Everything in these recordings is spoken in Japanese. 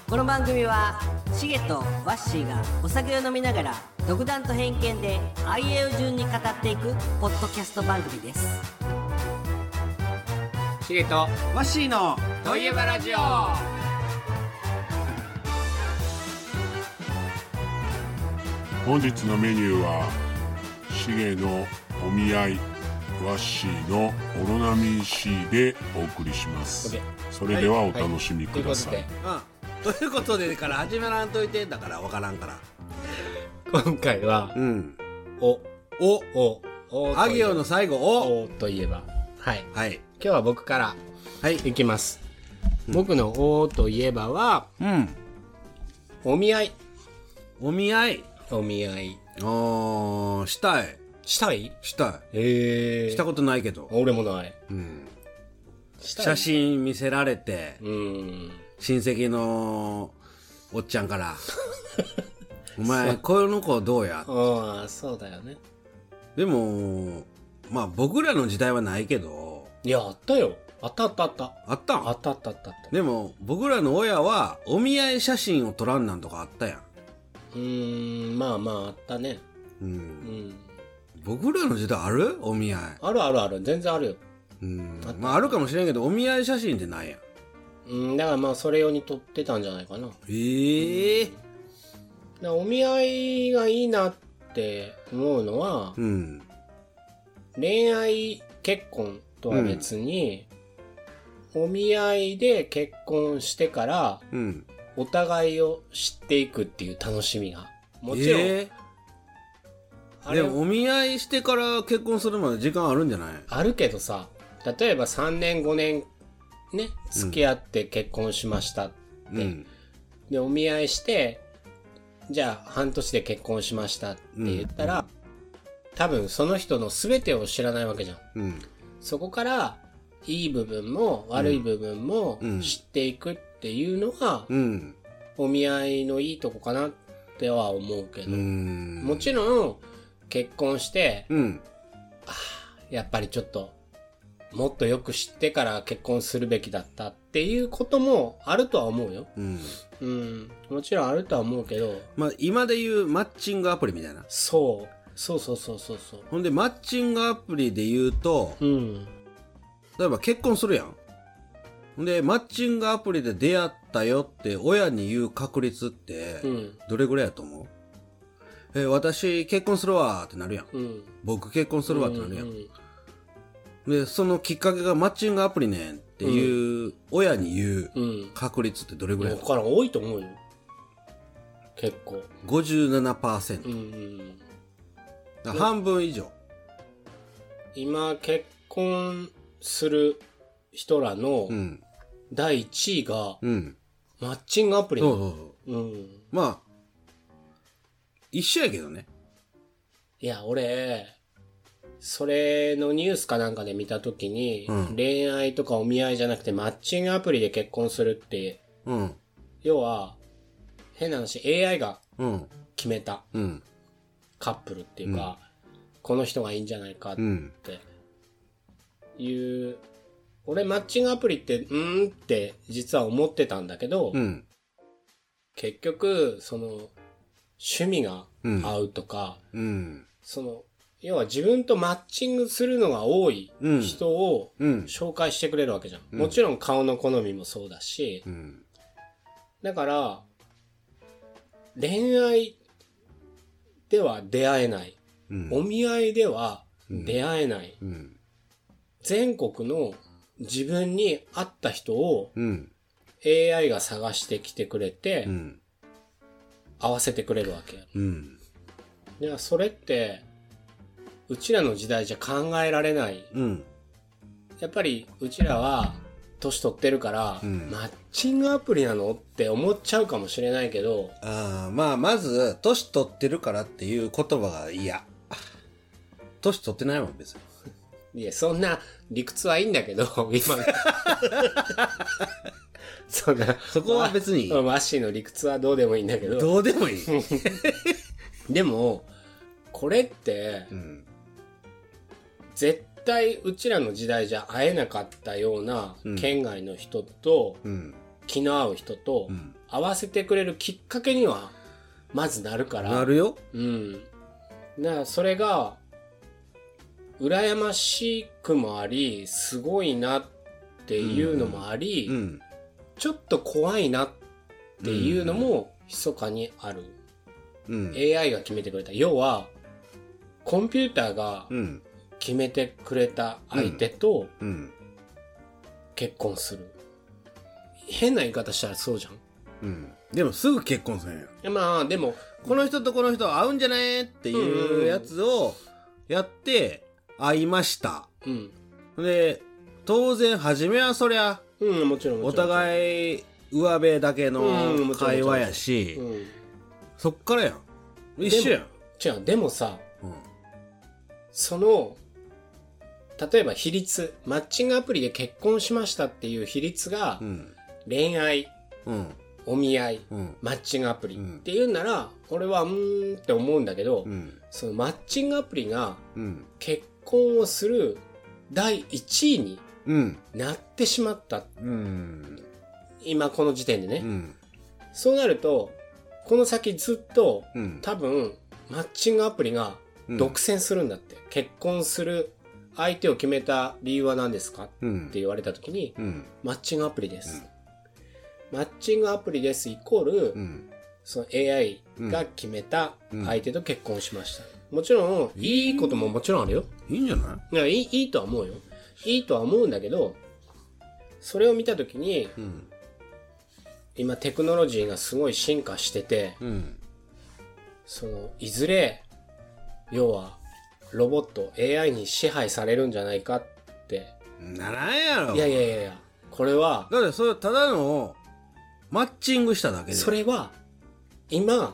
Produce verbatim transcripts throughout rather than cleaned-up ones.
この番組はシゲとワッシーがお酒を飲みながら独断と偏見であいうえお順に語っていくポッドキャスト番組です。 シゲとワッシーのといえばラジオ。 本日のメニューはシゲのお見合い、ワッシーのオロナミン C でお送りします。それではお楽しみください。 ということでから始めらんといてだからわからんから。 今回は、 うん。 お、 お、 お、おあ行の最後お。 おといえば。はい。 はい。 今日は僕からはい。 いきます。うん、僕のおといえばは、 うん。 お見合い。 お見合い。 お見合い。 あー、したい。 したいしたい。 えー。 したことないけど。 俺もない。 うん。写真見せられて、 うん。 親戚のおっちゃんから、お前、この子どうやああ、そうだよね。 でも、まあ僕らの時代はないけど。 いや、あったよ。あったあったあった。 あったんあったあったあった。 でも、僕らの親は、お見合い写真を撮らんなんとかあったやん。 うーん、まあまああったね。 うん。 うん。 僕らの時代あるお見合い。 あるあるある。全然あるよ。 うん。あまああるかもしれんけど、お見合い写真ってないやん。 うん、だからまあそれ用に撮ってたんじゃないかな。 ええー。だからお見合いがいいなって思うのは、 うん。 恋愛結婚とは別に、うん、お見合いで結婚してから、うん、お互いを知っていくっていう楽しみが。もちろん。えー、でもお見合いしてから結婚するまで時間あるんじゃない？ あるけどさ、例えばさんねんごねんね、付き合って結婚しましたって。うん、で、お見合いして、じゃあ半年で結婚しましたって言ったら、うん、多分その人の全てを知らないわけじゃん。うん、そこから、いい部分も悪い部分も知っていくっていうのが、うん、お見合いのいいとこかなっては思うけど、うん、もちろん結婚して、うん、あやっぱりちょっと、もっとよく知ってから結婚するべきだったっていうこともあるとは思うよ。うん。うん。もちろんあるとは思うけど。 まあ今で言うマッチングアプリみたいな。 そう。そうそうそうそうそう。 ほんでマッチングアプリで言うと、うん。例えば結婚するやん。ほんでマッチングアプリで出会ったよって親に言う確率って、どれぐらいやと思う？うん、えー、私結婚するわーってなるやん。うん。僕結婚するわってなるやん。うんうんで、そのきっかけがマッチングアプリねんっていう、親に言う確率ってどれぐらい？ だから多いと思うよ。結構。 ごじゅうななパーセント。うんうん、半分以上。 今結婚する人らのだいいちいが、マッチングアプリなの。そうそうそう。うん、 まあ、一緒やけどね。 いや、俺、それのニュースかなんかで見たときに、うん、恋愛とかお見合いじゃなくてマッチングアプリで結婚するって、うん、要は、変な話、エーアイ が決めた、うん、カップルっていうか、うん、この人がいいんじゃないかっていう、うん、俺マッチングアプリって、うーんって実は思ってたんだけど、うん、結局、その、趣味が合うとか、うん、その、要は自分とマッチングするのが多い人を紹介してくれるわけじゃん。うん、もちろん顔の好みもそうだし、うん、だから、恋愛では出会えない。うん、お見合いでは出会えない。うん、全国の自分に合った人を エーアイ が探してきてくれて、うん、合わせてくれるわけ。うん、いや、それって、うちらの時代じゃ考えられない。うん、やっぱり、うちらは、年取ってるから、うん、マッチングアプリなのって思っちゃうかもしれないけど。 あまあ、まず、年取ってるからっていう言葉が嫌。年取ってないもん、別に。いや、そんな理屈はいいんだけど、今。そんな。 そこは別に。 マッシーの理屈はどうでもいいんだけど。 どうでもいい。 でも、これって、うん、絶対うちらの時代じゃ会えなかったような県外の人と、うん、気の合う人と合わせてくれるきっかけには、まずなるから。 なるよ。 うん。だからそれが、羨ましくもあり、すごいなっていうのもあり、うんうん、ちょっと怖いなっていうのも密かにある。うん、エーアイ が決めてくれた。要は、コンピューターが決めてくれた相手と結婚する。変な言い方したらそうじゃん。 うん。でもすぐ結婚するんや。 まあ、でも、 この人とこの人合うんじゃねっていうやつをやって、会いました。うん。で、当然、初めはそりゃ、 うん、もちろん。 お互い、上辺だけの会話やし、うん、そっからやん。一緒やん。 違う、でもさ、うん、その、例えば比率、マッチングアプリで結婚しましたっていう比率が、うん、恋愛、うん、お見合い、うん、マッチングアプリっていうんなら、俺はうーんって思うんだけど、うん、そのマッチングアプリが結婚をする第一位になってしまった。うん、今この時点でね、うん。そうなると、この先ずっと、うん、多分マッチングアプリが独占するんだって。うん、結婚する相手を決めた理由は何ですか、うん、って言われたときに、うん、マッチングアプリです。うん、マッチングアプリですイコール、うん、その エーアイ が決めた相手と結婚しました。うん、もちろん、いいことももちろんあるよ。 いいんじゃない？ いや、いい、いいとは思うよ。いいとは思うんだけど、それを見たときに、うん、今テクノロジーがすごい進化してて、うん、その、いずれ、要は、ロボット、エーアイ に支配されるんじゃないかって。 ならんやろ。 いやいやいやいや、これは。 だってそれただの、マッチングしただけで。 それは、今、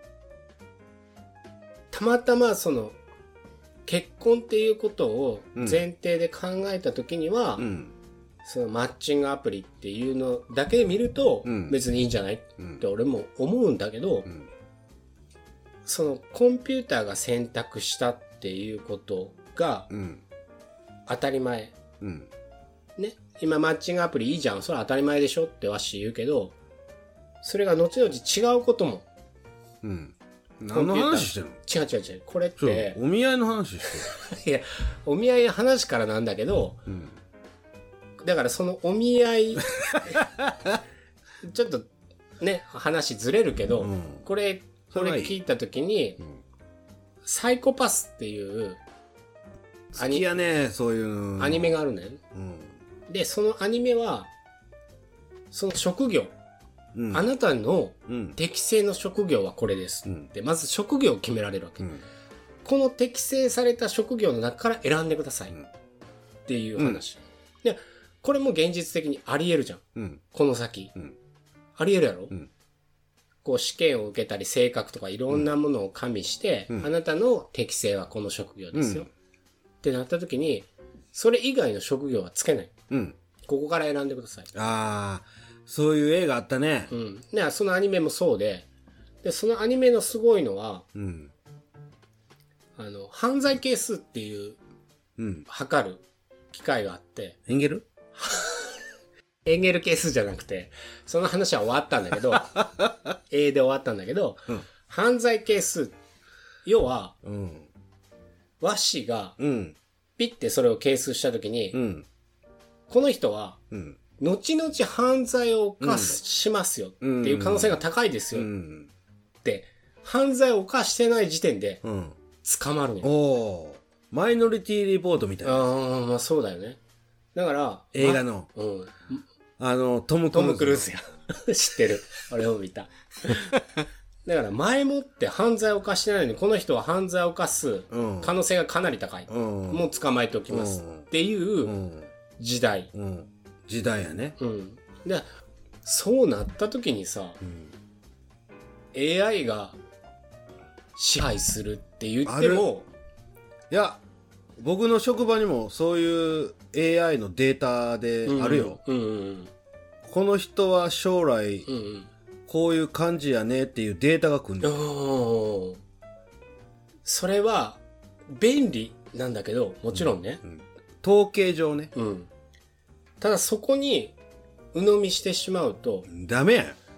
たまたまその、結婚っていうことを前提で考えたときには、うん、そのマッチングアプリっていうのだけで見ると、別にいいんじゃない、うん、って俺も思うんだけど、うん、そのコンピューターが選択したっていうことが、当たり前。うん、ね。今マッチングアプリいいじゃん。それは当たり前でしょってわし言うけど、それが後々違うことも。 うん。何の話してるの？違う違う違う。これって。 お見合いの話してる。いや、お見合いの話からなんだけど、うん、だからそのお見合い、ちょっとね、話ずれるけど、うん、これ、これ聞いたときに、うん、サイコパスっていう好きやね、そういうアニメがあるんだよね、うん。で、そのアニメは、その職業、うん、あなたの適正の職業はこれです、うん、で、まず職業を決められるわけ、うん、この適正された職業の中から選んでください、うん、っていう話、うん、で、これも現実的にあり得るじゃん、うん、この先、うん、あり得るやろ、うん、こう試験を受けたり性格とかいろんなものを加味して、うん、あなたの適性はこの職業ですよ、うん、ってなった時にそれ以外の職業はつけない、うん、ここから選んでください。 ああ、そういう映画あったね。 うん。で、そのアニメもそうで、で、そのアニメのすごいのは、うん、あの、犯罪係数っていう、うん、測る機械があって。 エンゲルエンゲル係数じゃなくて、その話は終わったんだけど、A で終わったんだけど、うん、犯罪係数、要は、うん、ワッシーが、うん、ピッてそれを係数したときに、うん、この人は、うん後々犯罪を犯しますよっていう可能性が高いですよって、犯罪を犯してない時点で捕まるのよ。 おー。マイノリティリポートみたいな。 ああ、まあそうだよね。だから、 映画の、ま、うん、あの、トム・クルーズ。 トム・クルーズや。知ってる。俺も見た。だから前もって犯罪を犯してないのに、この人は犯罪を犯す可能性がかなり高い。うん、もう捕まえておきますっていう時代。うんうん時代やね。 うん。で、そうなった時にさ、うん、エーアイ が支配するって言っても、 いや、僕の職場にもそういう エーアイ のデータであるよ。うんうんうん、この人は将来、うんうん、こういう感じやねっていうデータが来るんだよ。 それは便利なんだけど、もちろんね。うんうん、 統計上ね。うんただそこに鵜呑みしてしまうとダメやん。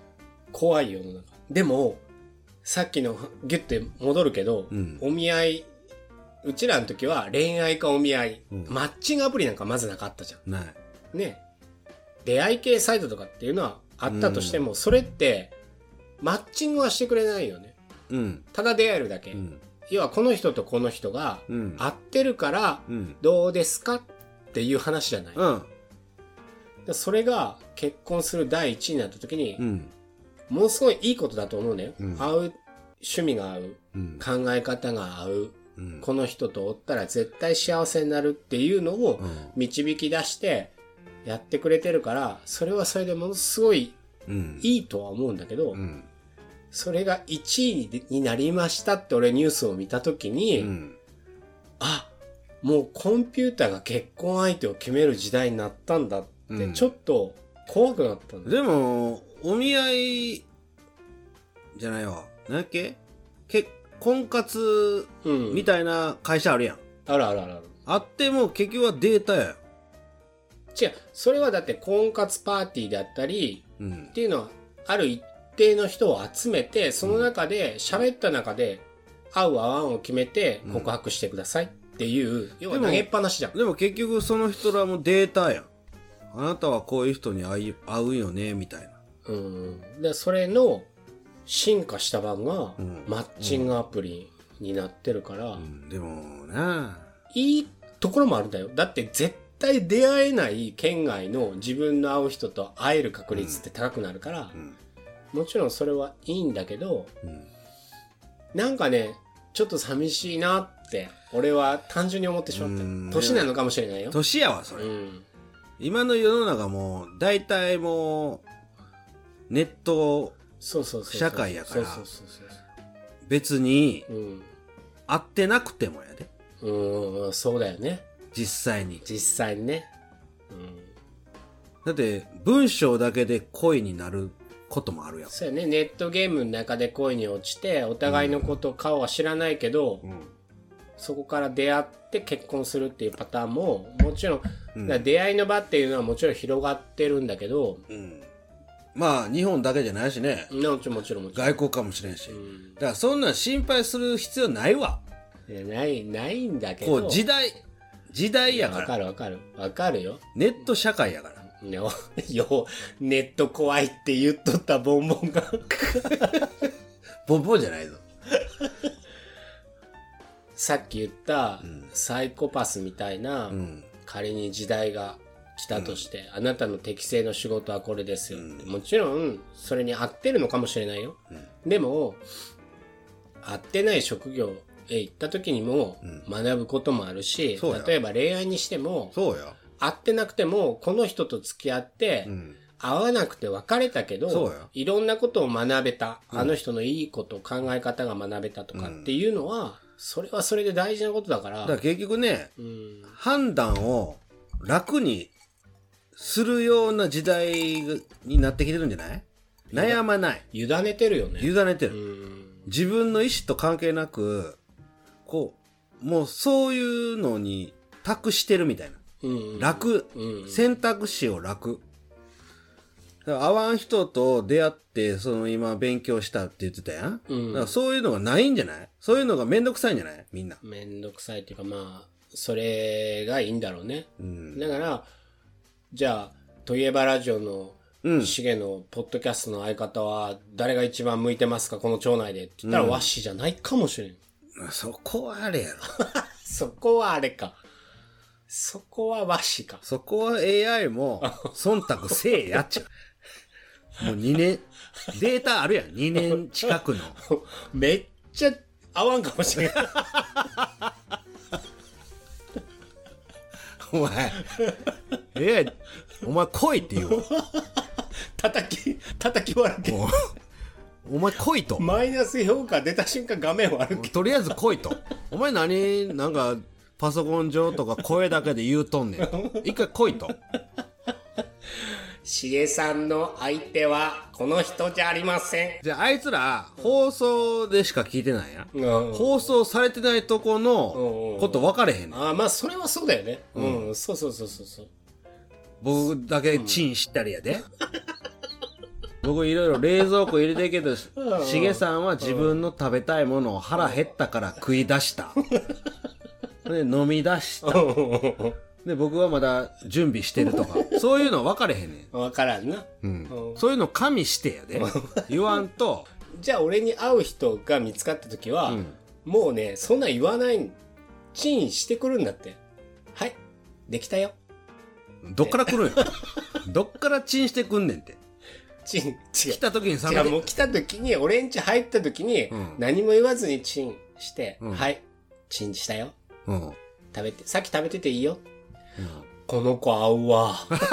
怖い世の中。でも、さっきのギュッて戻るけど、うん、お見合い、うちらの時は恋愛かお見合い、うん、マッチングアプリなんかまずなかったじゃん。 ない。 ね。出会い系サイトとかっていうのはあったとしても、うん、それって、マッチングはしてくれないよね。 うん。ただ出会えるだけ。うん、要はこの人とこの人が会ってるから、どうですかっていう話じゃない。うん。それが結婚する第一になった時に、うん、ものすごいいいことだと思うね。うん、合う、趣味が合う、うん、考え方が合う、うん、この人とおったら絶対幸せになるっていうのを導き出してやってくれてるから、それはそれでものすごいいいとは思うんだけど、うん、それがいちいになりましたって俺ニュースを見た時に、うん、あ、もうコンピューターが結婚相手を決める時代になったんだって、でちょっと怖くなったんだ、 うん、でもお見合いじゃないわ、なんだっけ、結婚活みたいな会社あるやん、 うん、あるあるあるある。 あっても結局はデータや。 違う、それはだって婚活パーティーであったり、うん、っていうのはある一定の人を集めて、その中で喋った中で合う合わんを決めて告白してくださいっていう、うん、要は投げっぱなしじゃん。 でも、でも結局その人らもデータやん。あなたはこういう人に会い、会うよねみたいな。 うん。で、それの進化した版がマッチングアプリになってるから。うんうん、でもな、 いいところもあるんだよ。だって絶対出会えない県外の自分の会う人と会える確率って高くなるから、うんうん、もちろんそれはいいんだけど、うん、なんかね、ちょっと寂しいなって俺は単純に思ってしまった。年なのかもしれないよ。 年やわそれ。うん、今の世の中も大体もうネット社会やから別に会ってなくてもやで。 うん、そうだよね。 実際に。 実際にね。うん、 だって文章だけで恋になることもあるやん。 そうやね。ネットゲームの中で恋に落ちてお互いのこと、顔は知らないけど、うん、そこから出会って結婚するっていうパターンももちろん、うん、出会いの場っていうのはもちろん広がってるんだけど、うん、 まあ日本だけじゃないしね。 もちろんもちろんもちろん。 外国かもしれんし、うん、だからそんな心配する必要ないわ。 いやないないんだけど。 こう時代時代やから。 わかるわかるわかるよ。 ネット社会やから。 よよネット怖いって言っとったボンボンがボンボンじゃないぞ。 さっき言ったサイコパスみたいな、うん、仮に時代が来たとして、うん、あなたの適正の仕事はこれですよ、うん、もちろんそれに合ってるのかもしれないよ、うん、でも合ってない職業へ行った時にも学ぶこともあるし、うん、例えば恋愛にしてもそうや合ってなくてもこの人と付き合って、うん、合わなくて別れたけどいろんなことを学べた、うん、あの人のいいこと考え方が学べたとかっていうのは、うん、それはそれで大事なことだから。 だから結局ね、うん、判断を楽にするような時代になってきてるんじゃない？悩まない。 委ねてるよね。 委ねてる。うん、自分の意思と関係なく、こう、もうそういうのに託してるみたいな。うんうん、楽、うんうん。選択肢を楽。だから会わん人と出会って、その今勉強したって言ってたやん。うん、だからそういうのがないんじゃない？そういうのがめんどくさいんじゃない？みんな。 めんどくさいっていうかまあ、それがいいんだろうね。うん、だから、じゃあ、といえばラジオの、シゲのポッドキャストの相方は誰が一番向いてますかこの町内でって言ったら、うん、ワッシーじゃないかもしれん。 そこはあれやろ。 そこはあれか。そこはワッシーか。 そこは エーアイ も忖度せえやっちゃう。もうにねん、データあるやん。にねん近くの。 めっちゃ合わんかもしれん。 お前、エーアイ、お前来いって言うわ。 叩き、叩き割れて。 お前来いと。 マイナス評価出た瞬間画面割るけど。 とりあえず来いと。お前何、なんか、パソコン上とか声だけで言うとんねん。一回来いと。 しげさんの相手はこの人じゃありません。 じゃああいつら放送でしか聞いてないや、うん、放送されてないとこのこと分かれへんねん。 ああまあそれはそうだよね。うん、うん、そうそうそうそうそう。 僕だけチンしたりやで。 僕いろいろ冷蔵庫入れてるけど、しげさんは自分の食べたいものを腹減ったから食い出した。で、飲み出した。で、僕はまだ準備してるとか。そういうの分かれへんねん。 分からんな。 うん。そういうの加味してやで。言わんと。 じゃあ俺に会う人が見つかった時は、うん、もうね、そんな言わない、チンしてくるんだって。はい、できたよ。 どっから来るんや。どっからチンしてくんねんって。 チン、違う。 来た時にさ、違う、もう来た時に、俺ん家入った時に、うん、何も言わずにチンして、うん、はい、チンしたよ。うん、食べて、さっき食べてていいよ。うん、この子合うわ。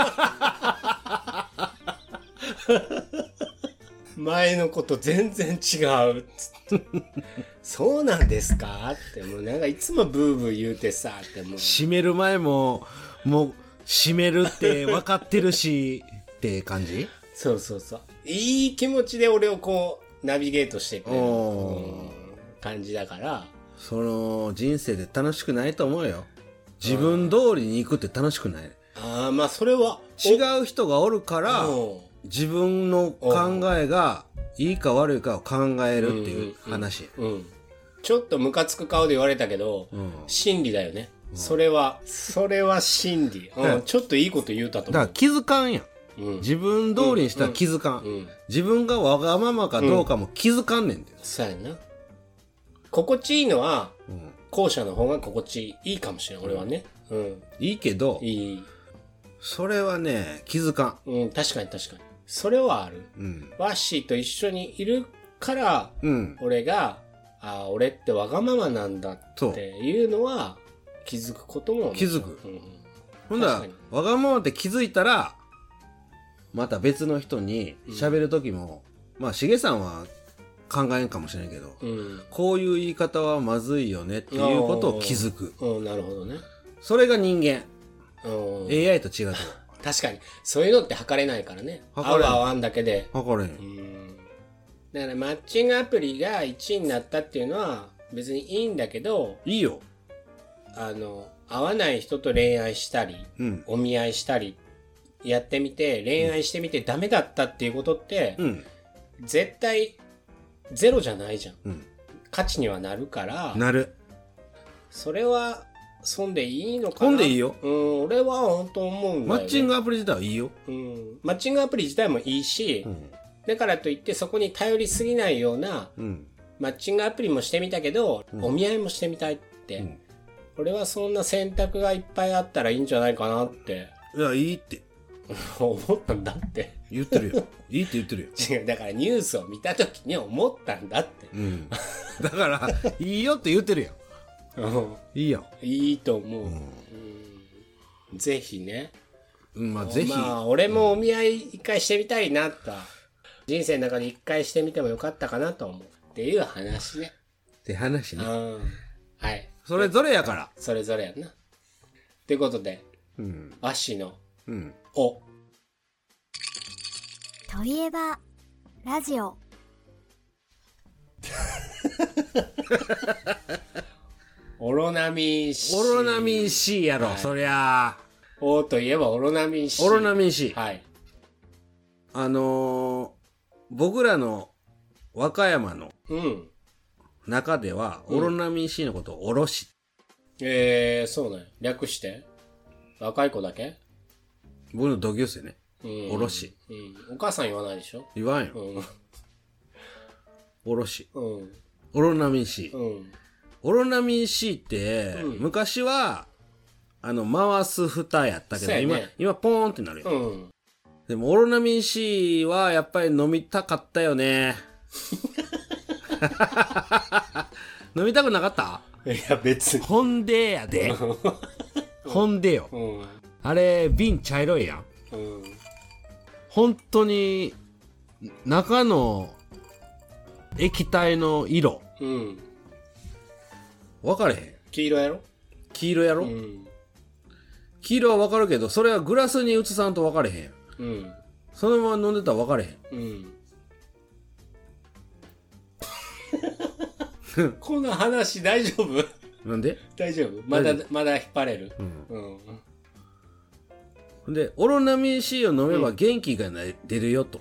前の子と全然違う。そうなんですかって、もうなんかいつもブーブー言うてさ、ってもう。 閉める前も、もう、閉めるって分かってるし、って感じ？ そうそうそう。いい気持ちで俺をこう、ナビゲートしてくれる、うん、感じだから。 その、人生で楽しくないと思うよ。自分通りに行くって楽しくない。 ああ、まあそれは。 違う人がおるから、自分の考えがいいか悪いかを考えるっていう話。 うんうんうん、ちょっとムカつく顔で言われたけど、うん、真理だよね。うん、それは、それは真理、うん。ちょっといいこと言うたと思う。 だから気づかんやん。うん、自分通りにしたら気づかん、うんうん。自分がわがままかどうかも気づかんねんて、うん。 そうやな。心地いいのは、うん、後者の方が心地いいかもしれん、俺はね。うん。 いいけど、いい。それはね、気づかん。うん、確かに確かに。それはある。うん。ワッシーと一緒にいるから、うん、俺が、ああ、俺ってわがままなんだっていうのは、気づくことも。 気づく。うん、ほんだら、わがままって気づいたら、また別の人に喋るときも、うん、まあ、しげさんは考えんかもしれんけど、うん、こういう言い方はまずいよねっていうことを気づく。 うん、なるほどね。 それが人間。エーアイ と違うと。 確かに。そういうのって測れないからね。合う合わんだけで。 測れん。 うん。だからマッチングアプリがいちいになったっていうのは別にいいんだけど。 いいよ。 あの、合わない人と恋愛したり、うん、お見合いしたり、やってみて、恋愛してみてダメだったっていうことって、うん、絶対ゼロじゃないじゃん。うん、価値にはなるから。 なる。 それは、損でいいのかな。 損でいいよ。 うん、俺は本当思うんだよ、ね。 マッチングアプリ自体はいいよ。 うん。マッチングアプリ自体もいいし、うん、だからといってそこに頼りすぎないような、うん、マッチングアプリもしてみたけど、うん、お見合いもしてみたいって、うん。俺はそんな選択がいっぱいあったらいいんじゃないかなって。 いや、いいって。 思ったんだって。 言ってるよ。いいって言ってるよ。 違う、だからニュースを見たときに思ったんだって。 うん。だから、いいよって言ってるよ。いいやん。 いいと思う。うんうん、ぜひね。 うん、まあぜひ。 まあ、俺もお見合い一回してみたいなと。人生の中で一回してみてもよかったかなと思う。っていう話ね。 って話ね。うん。 はい。 それぞれやから。 それぞれやな。ってことで、うん、アッシーの、うん、お。 といえば、ラジオ。 オロナミン C。 オロナミン C やろ、はい、そりゃ。 おといえばオロナミン C。 オロナミン C。 はい。 あのー、僕らの和歌山の中では、うん、オロナミン C のことをおろし。 えー、そうね。略して。若い子だけ？ 僕の同級生ね。うん、おろし、 うん。お母さん言わないでしょ？ 言わんよ。うん、おろし。うん、オロナミン C。うんオロナミン C って、うん、昔は、あの、回す蓋やったけど、ね、今、今、ポーンってなるよ、うん。でも、オロナミン C は、やっぱり飲みたかったよね。飲みたくなかった？ いや、別に。 ほんでやで。ほんでよ、うん。あれ、瓶茶色いやん。うん、本当に、中の液体の色。うん分かれへん。 黄色やろ？ 黄色やろ、うん、黄色は分かるけど、それはグラスに移さんと分かれへん。うん。そのまま飲んでたら分かれへん。 うん。この話大丈夫？ なんで？ 大丈夫？まだ、まだ引っ張れる。うん。 うん、で、オロナミン C を飲めば元気が出るよと。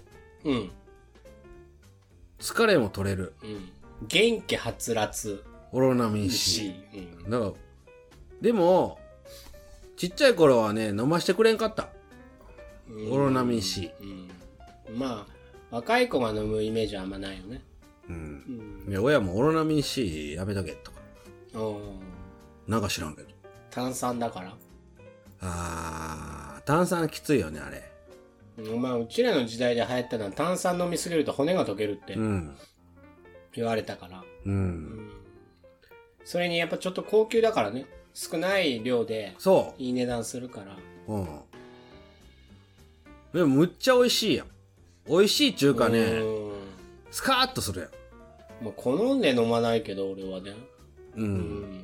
うん。 疲れも取れる。 うん。元気はつらつ。 オロナミン C。 C。うん。 だから、でも、ちっちゃい頃はね、飲ましてくれんかった。オロナミン C。 うん。まあ、若い子が飲むイメージはあんまないよね。 うん。うん、いや、親もオロナミン C やめとけとか。なんか知らんけど。 炭酸だから。 あー、炭酸きついよね、あれ。 まあ、うちらの時代で流行ったのは炭酸飲みすぎると骨が溶けるって言われたから。うん。うん、それにやっぱちょっと高級だからね。少ない量でいい値段するから。うん。 でもむっちゃ美味しいやん。美味しいっちゅうかね、スカーッとするやん。 まあ、好んで飲まないけど、俺はね。 うん。うん、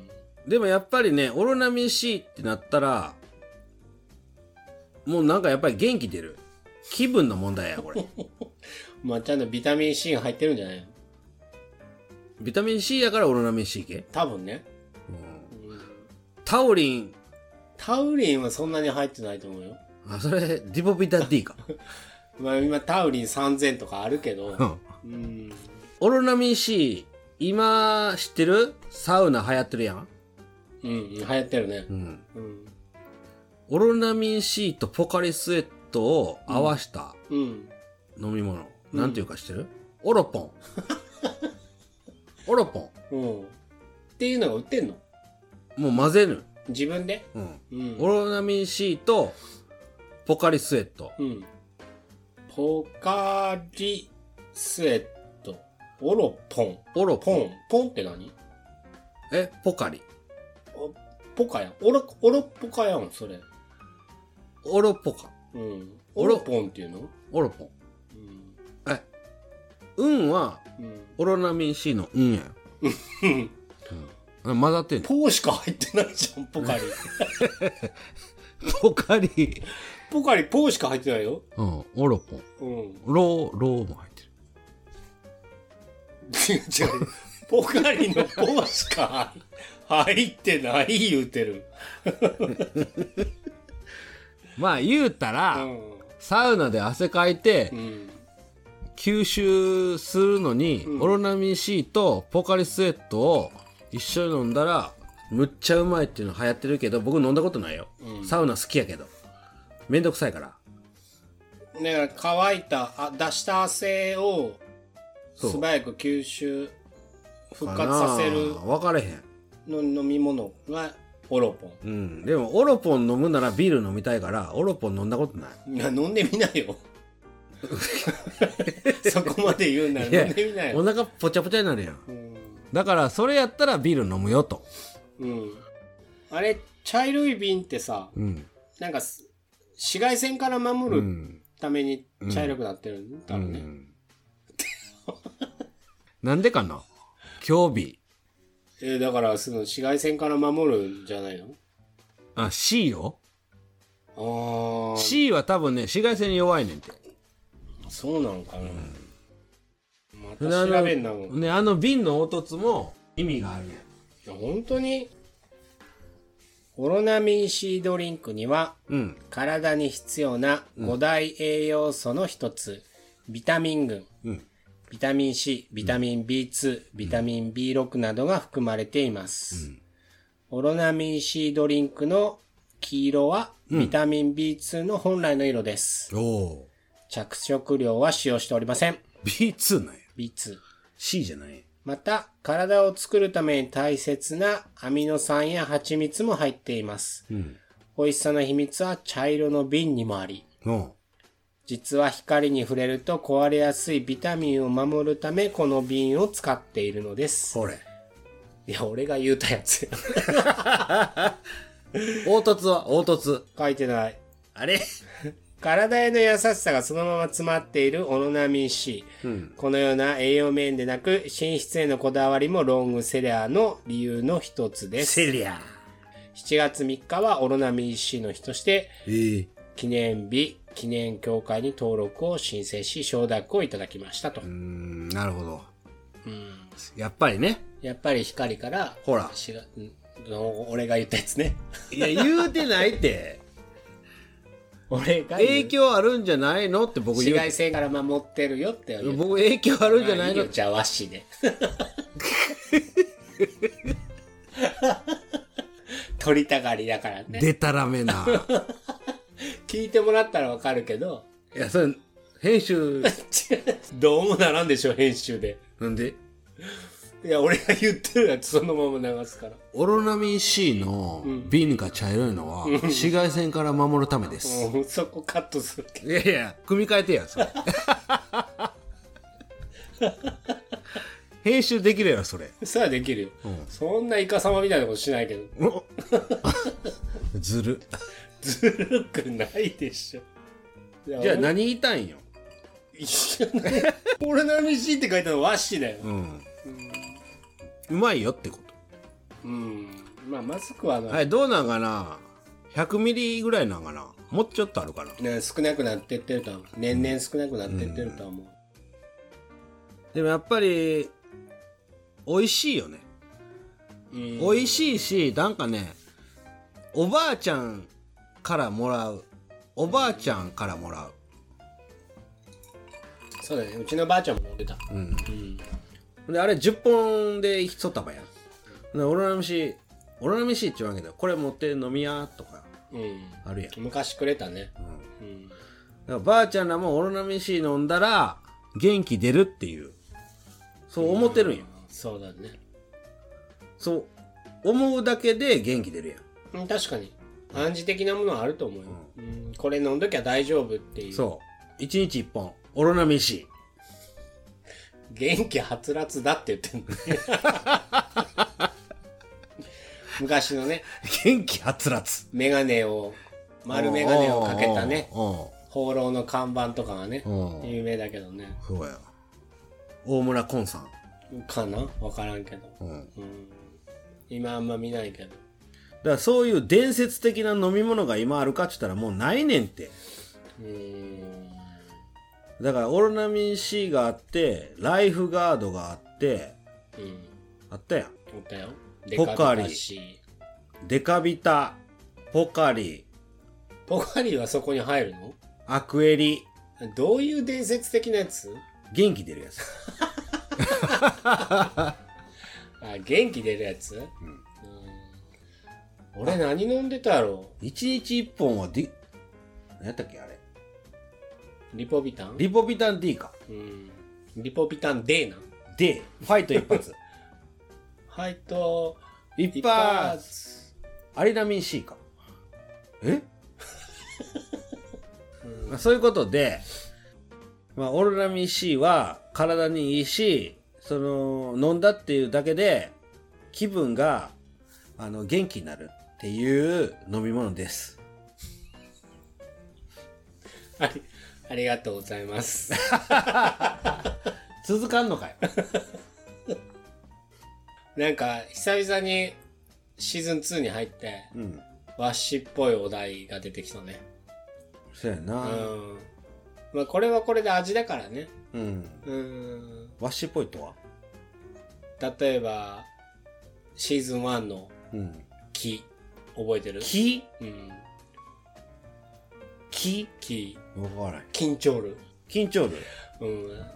でもやっぱりね、オロナミン C ってなったら、もうなんかやっぱり元気出る。気分の問題や、これ。 まあ、ちゃんとビタミン C が入ってるんじゃないの？ ビタミン C やからオロナミン C 系？ 多分ね。 うん、タウリン。 タウリンはそんなに入ってないと思うよ。 あ、それ、ディボビタ D か。 まあ今タウリンさんぜんとかあるけど。うん、 オロナミン C、今知ってる？サウナ流行ってるやん。 うん、流行ってるね。うん。うん、 オロナミン C とポカリスエットを合わした飲み物。うん、なんていうか知ってる？オロポン。オロポン。うん。っていうのが売ってんの？ もう混ぜる。 自分で？ うん。うん、オロナミン C とポカリスエット。うん。 ポカリスエット。オロポン。 オロポン。 ポンって何？ え、ポカリ。 ポカやん。オロ、オロポカやん、それ。 オロポカ。 うん。オロポンっていうの？ オロポン。うん。え、運は、うん、オロナミン C の運や。うん。混ざってんの？ ポーしか入ってないじゃん、ポカリ。 ポカリ。 ポカリ、ポーしか入ってないよ。 うん、オロポン。うん。ロー、ローも入ってる。違う違う。ポカリのポーしか入ってない言うてる。 まあ言うたら、うん、サウナで汗かいて、うん、吸収するのに、うん、オロナミン C とポカリスエットを一緒に飲んだらむっちゃうまいっていうの流行ってるけど、僕飲んだことないよ、うん、サウナ好きやけどめんどくさいから。 だから乾いたあ出した汗を素早く吸収復活させる分かれへんの飲み物がオロポン。 うん。でもオロポン飲むならビール飲みたいからオロポン飲んだことない。 いや飲んでみなよ。そこまで言うなら飲んでみなよ。 お腹ポチャポチャになるやん。うん、だからそれやったらビール飲むよと。 うん。あれ茶色い瓶ってさ、うん、なんか紫外線から守るために茶色くなってるんだろうね。うんうん、 なんでかな。興味。 えー、だからその紫外線から守るんじゃないの？ あ、C を？ああ。C は多分ね、紫外線に弱いねんて。 そうなんかな。うん、また調べんなもん。 ね、あの瓶の凹凸も意味があるやん。本当に？オロナミン C ドリンクには、うん、体に必要なご大栄養素の一つ、うん、ビタミン群。うんビタミン C、ビタミン ビーツー、うん、ビタミン ビーシックス などが含まれています。うん、オロナミン C ドリンクの黄色はビタミン ビーツー の本来の色です。うん、お着色料は使用しておりません。 ビーツー なんや。 ビーツー。 C じゃない。 また、体を作るために大切なアミノ酸や蜂蜜も入っています。うん、美味しさの秘密は茶色の瓶にもあり。お実は光に触れると壊れやすいビタミンを守るためこの瓶を使っているのです。 ほれ。 いや、俺が言うたやつ。 凹凸は凹凸。 書いてない。 あれ体への優しさがそのまま詰まっているオロナミン C、うん。このような栄養面でなく品質へのこだわりもロングセラーの理由の一つです。 セリア。 しちがつみっかはオロナミン C の日として、えー、記念日、記念協会に登録を申請し承諾をいただきましたと。うーん、なるほど。うん、やっぱりね。 やっぱり光からほらしが俺が言ったやつね。 いや言うてないって。 俺が影響あるんじゃないのって僕言う。 紫外線から守ってるよって言う。 僕影響あるんじゃないの。 じゃあ和紙で。取りたがりだからね。 でたらめな。 聞いてもらったらわかるけど。 いや、それ、編集。 どうもならんでしょ、編集で。 なんで？ いや、俺が言ってるやつそのまま流すから。 オロナミン C の瓶が茶色いのは、紫外線から守るためです。 うん、そこカットするけど。 いやいや、組み替えてや、それ。編集できるやろ、それ。 それはできるよ。うん、そんなイカ様みたいなことしないけど。 ずる。 ずるくないでしょ。 じゃあ何言いたいんよ。 一緒に。オロナミン C って書いたの和紙だよ。うん。うんうまいよってこと。 うん。まあ、まずくはない。 はい、どうなんかな ?ひゃくミリぐらいなんかなもうちょっとあるかな、 ね、少なくなってってると思う。年々少なくなってってると思う。うん、 でもやっぱり、美味しいよね。うん、美味しいし、なんかね、おばあちゃんからもらう。おばあちゃんからもらう。 そうだね。うちのばあちゃんも飲んでた。うん。 うんで、あれじゅっぽんで一束やん。で、オロナミン C、オロナミン C って言わんけど、これ持って飲みやとか、あるやん。 うん、昔くれたね。 うん。うん、だからばあちゃんらもオロナミン C 飲んだら、元気出るっていう、そう思ってるんや。 そうだね。 そう、思うだけで元気出るやん。 うん、確かに。暗示的なものはあると思うよ。うんうん、これ飲んどきゃ大丈夫っていう。 そう。いちにちいっぽん、オロナミン C。 元気はつらつだって言ってんのね。昔のね。 元気はつらつ。 メガネを、丸メガネをかけたね。放浪の看板とかがね。有名だけどね。 そうや。大村崑さん。かなわからんけど、うんうん。今あんま見ないけど。だからそういう伝説的な飲み物が今あるかって言ったらもうないねんって。うーんだからオロナミン C があってライフガードがあって、うん、あったやん。あったよ。 ポカリ、デカビタ、ポカリ。 ポカリはそこに入るの？ アクエリ。 どういう伝説的なやつ？ 元気出るやつ。 あ、元気出るやつ？うん、うん、俺何飲んでたやろ？ 一日一本はディ、何やったっけあれ。 リポビタン？ リポビタン D か。 うん。リポビタン D な。 D。ファイト一発。 ファイト一発。アリナミン C か。え、うんまあ、そういうことで、まあ、オロナミン C は体にいいし、その、飲んだっていうだけで気分が、あの、元気になるっていう飲み物です。 あり、ありがとうございます。 続かんのかよ。 なんか、久々にシーズンツーに入って、うん、和紙っぽいお題が出てきたね。 そうやな。うん。 まあ、これはこれで味だからね。 うん。うん。和紙っぽいとは？ 例えば、シーズンワンの木、うん、覚えてる？ 木？ うん。 木？ 木。 わからない。 緊張る。 緊張る。 うん。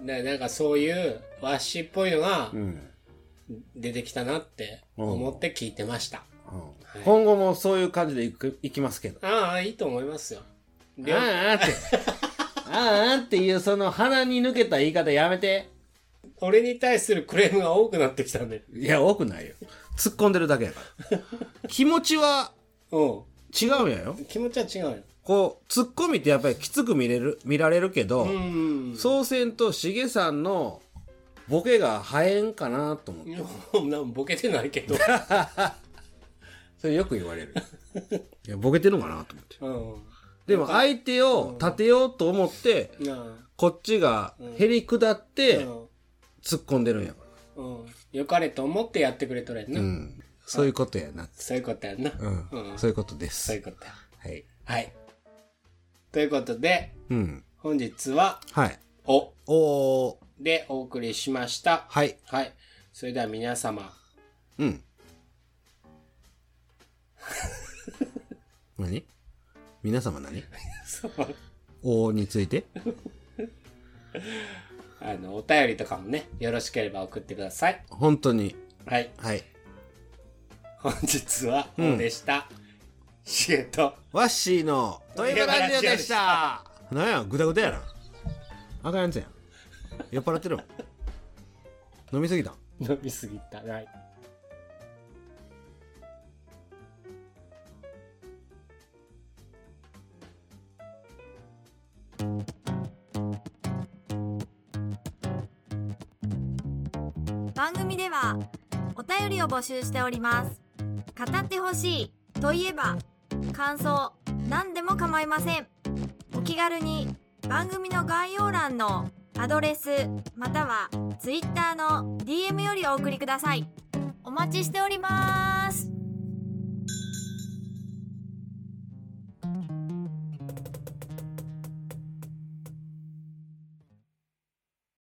で、なんかそういう和紙っぽいのが出てきたなって思って聞いてました。 うんうんはい、今後もそういう感じでいく、いきますけど。 ああ、いいと思いますよ。 ああって。ああっていうその鼻に抜けた言い方やめて。 俺に対するクレームが多くなってきたね。 いや、多くないよ。突っ込んでるだけやから。気持ちは違うんやよ。 気持ちは違うよ。 こう、ツッコミってやっぱりきつく見れる、見られるけど、うんそうせんとしげさんのボケが生えんかなと思って。いや、ボケてないけど。 それよく言われる。いや、ボケてるのかなと思って。うん、でも相手を立てようと思って、うん、こっちがへり下って突っ込んでるんやから。 うん。よかれと思ってやってくれとるやんな。うん。 そういうことやな。 そういうことやんな。 うん。うん、そういうことです。 そういうことや。 はい。 はい。ということで、うん、本日は、 はい。 お、 おでお送りしました。 はい。 はい。それでは皆様。 うん。何？ 皆様何そう。 おについてあの、お便りとかもね、よろしければ送ってください。 本当に。 はい。 はい。 本日は、おでした。しげと、 ワッシーのトイバラジオでした。なんや、ぐだぐだやな。あかんやつやん。酔っ払ってるもん。飲みすぎた飲みすぎた。はい。 番組ではお便りを募集しております。語ってほしいといえば感想何でも構いません。お気軽に番組の概要欄のアドレスまたはツイッターの ディーエム よりお送りください。お待ちしております。